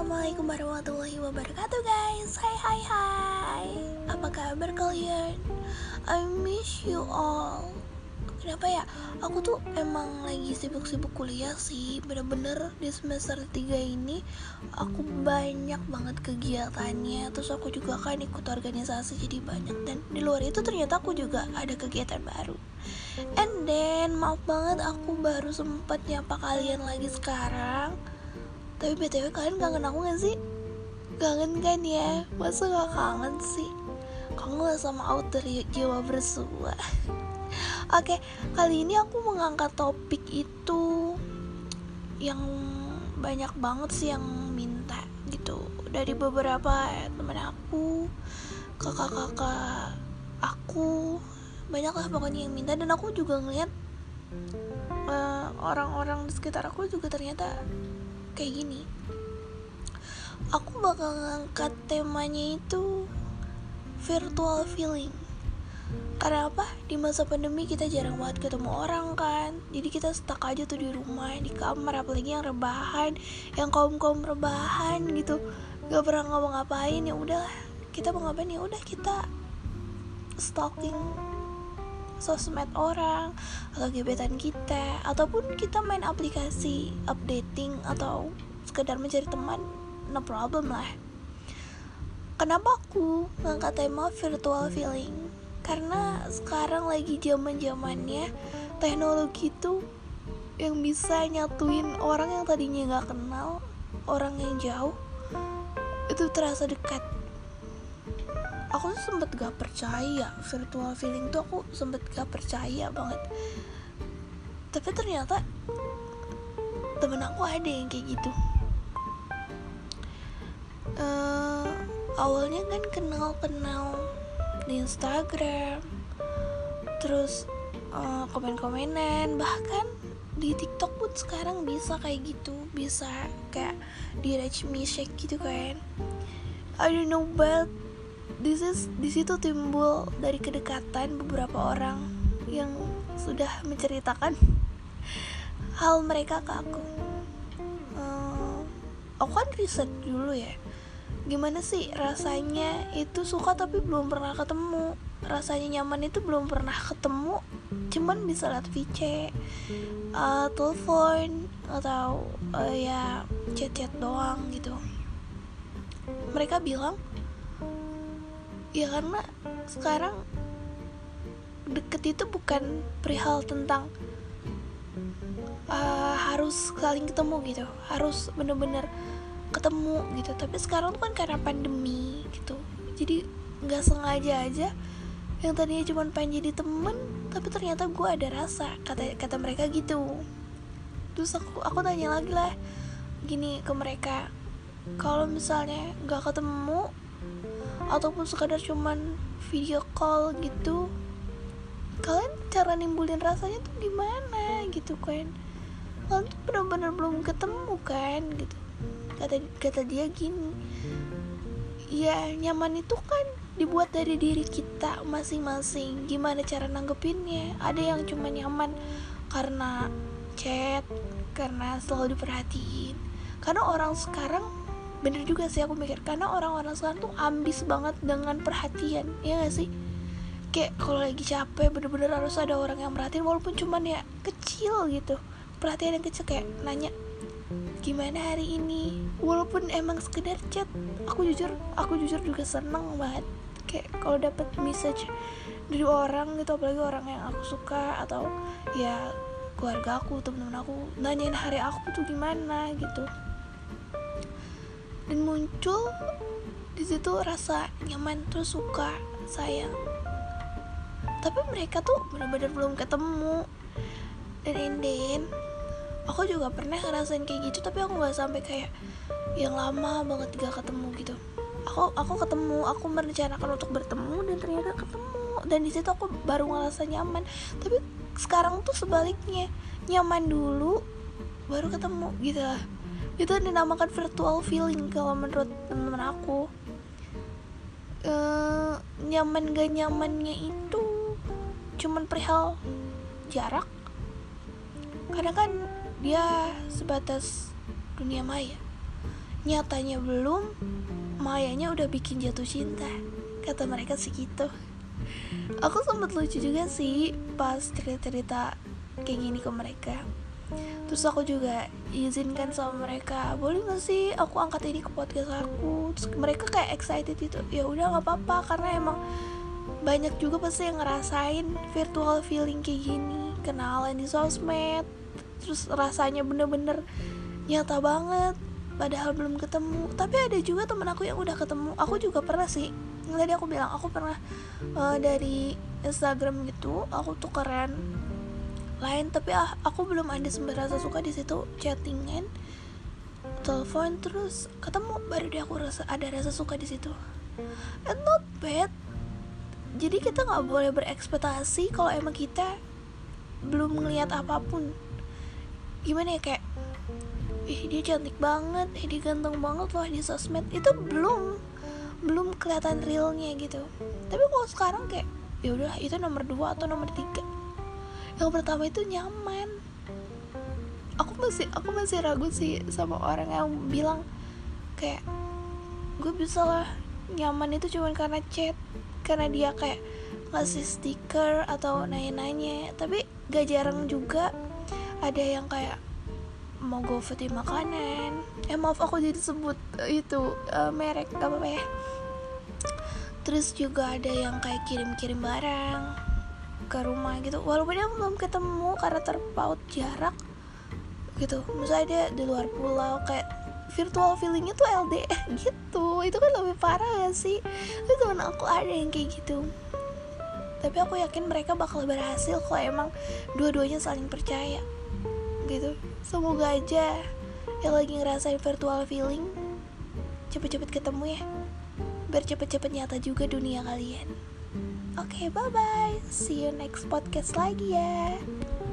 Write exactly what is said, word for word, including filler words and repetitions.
Assalamualaikum warahmatullahi wabarakatuh guys. Hai hai hai. Apa kabar kalian? I miss you all. Kenapa ya? Aku tuh emang lagi sibuk-sibuk kuliah sih. Bener-bener di semester tiga ini aku banyak banget kegiatannya. Terus aku juga kan ikut organisasi jadi banyak. Dan di luar itu ternyata aku juga ada kegiatan baru. And then maaf banget aku baru sempat nyapa kalian lagi sekarang. Tapi B T W kalian kangen aku gak sih? Kangen kan ya? Masa gak kangen sih? Kangen gak sama outer jiwa bersua? Oke, kali ini aku mengangkat topik itu yang banyak banget sih yang minta gitu. Dari beberapa temen aku, kakak-kakak aku, banyak lah pokoknya yang minta. Dan aku juga ngeliat uh, orang-orang di sekitar aku juga ternyata kayak gini. Aku bakal ngangkat temanya itu virtual feeling. Karena apa? Di masa pandemi kita jarang banget ketemu orang kan. Jadi kita stuck aja tuh di rumah, di kamar, apalagi yang rebahan, yang kaum-kaum rebahan gitu. Gak pernah ngapa-ngapain, ya udah kita mau ngapain, ya udah kita stalking sosmed orang atau gebetan kita, ataupun kita main aplikasi updating atau sekedar mencari teman, no problem lah. Kenapa aku ngangkat tema virtual feeling? Karena sekarang lagi zaman-zamannya teknologi itu yang bisa nyatuin orang yang tadinya gak kenal, orang yang jauh itu terasa dekat. Aku tuh sempet gak percaya virtual feeling tuh, aku sempet gak percaya banget. Tapi ternyata temen aku ada yang kayak gitu. uh, Awalnya kan kenal-kenal di Instagram, terus uh, komen-komenan, bahkan di TikTok pun sekarang bisa kayak gitu, bisa kayak di Reach Me Shake gitu kan. I don't know, but This is, di situ timbul dari kedekatan beberapa orang yang sudah menceritakan hal mereka ke aku. Uh, aku kan riset dulu ya, gimana sih rasanya itu suka tapi belum pernah ketemu, rasanya nyaman itu belum pernah ketemu, cuman bisa lihat V C, uh, telepon atau uh, ya chat-chat doang gitu. Mereka bilang ya karena sekarang deket itu bukan perihal tentang uh, harus saling ketemu gitu, harus bener-bener ketemu gitu. Tapi sekarang tuh kan karena pandemi gitu, jadi gak sengaja aja yang tadinya cuma pengen jadi temen, tapi ternyata gue ada rasa, kata kata mereka gitu. Terus aku aku tanya lagi lah gini ke mereka, kalau misalnya gak ketemu ataupun sekadar cuman video call gitu, kalian cara nimbulin rasanya tuh gimana gitu kan? Kalian tuh benar-benar belum ketemu kan gitu. Kata kata dia gini, ya nyaman itu kan dibuat dari diri kita masing-masing. Gimana cara nanggepinnya? Ada yang cuma nyaman karena chat, karena selalu diperhatiin. Karena orang sekarang, bener juga sih aku mikir, karena orang-orang sekarang tuh ambis banget dengan perhatian, ya gak sih? Kayak kalau lagi capek bener-bener harus ada orang yang merhatiin, walaupun cuman ya kecil gitu, perhatian yang kecil, kayak nanya gimana hari ini, walaupun emang sekedar chat. Aku jujur, aku jujur juga seneng banget kayak kalau dapet message dari orang gitu, apalagi orang yang aku suka atau ya keluarga aku, temen-temen aku, nanyain hari aku tuh gimana gitu. Dan muncul di situ rasa nyaman, terus suka, sayang. Tapi mereka tuh benar-benar belum ketemu. Dan enden, aku juga pernah ngerasain kayak gitu, tapi aku nggak sampai kayak yang lama banget gak ketemu gitu. Aku aku ketemu, aku merencanakan untuk bertemu dan ternyata ketemu. Dan di situ aku baru ngerasa nyaman. Tapi sekarang tuh sebaliknya, nyaman dulu baru ketemu gitu lah. Itu dinamakan virtual feeling kalau menurut teman-teman aku. E, nyaman gak nyamannya itu cuman perihal jarak, karena kan dia sebatas dunia maya. nyatanya belum, mayanya udah bikin jatuh cinta, kata mereka sih gitu. Aku sempet lucu juga sih pas cerita-cerita kayak gini ke mereka. Terus aku juga izinkan sama mereka, boleh gak sih aku angkat ini ke podcast aku. Terus mereka kayak excited gitu, ya udah gak apa-apa, karena emang banyak juga pasti yang ngerasain virtual feeling kayak gini, kenalan di sosmed, terus rasanya bener-bener nyata banget padahal belum ketemu. Tapi ada juga temen aku yang udah ketemu. Aku juga pernah sih, tadi aku bilang aku pernah uh, dari Instagram gitu, aku tukeran lain, tapi ah, aku belum ada sembah rasa suka di situ, chattingan, telepon, terus ketemu, baru deh aku rasa ada rasa suka di situ. And not bad. Jadi kita nggak boleh berekspektasi kalau emang kita belum ngelihat apapun. Gimana ya, kayak ih dia cantik banget, ih dia ganteng banget loh di sosmed, itu belum belum kelihatan realnya gitu. Tapi kalau sekarang kayak ya udah, itu nomor dua atau nomor tiga. Yang pertama itu nyaman. Aku masih aku masih ragu sih sama orang yang bilang kayak gue bisa lah nyaman itu cuma karena chat, karena dia kayak ngasih stiker atau nanya-nanya. Tapi gak jarang juga ada yang kayak mau GoFoodin makanan. Eh maaf aku jadi sebut uh, itu uh, merek, gak apa-apa ya. Terus juga ada yang kayak kirim-kirim barang ke rumah gitu, walaupun dia belum ketemu karena terpaut jarak gitu. Misalnya dia di luar pulau, kayak virtual feelingnya tuh L D R gitu. Itu kan lebih parah gak sih? Itu temen aku ada yang kayak gitu. Tapi aku yakin mereka bakal berhasil kalau emang dua-duanya saling percaya gitu. Semoga aja yang lagi ngerasain virtual feeling cepet-cepet ketemu ya, biar cepet-cepet nyata juga dunia kalian. Oke, okay, bye-bye. See you next podcast lagi ya.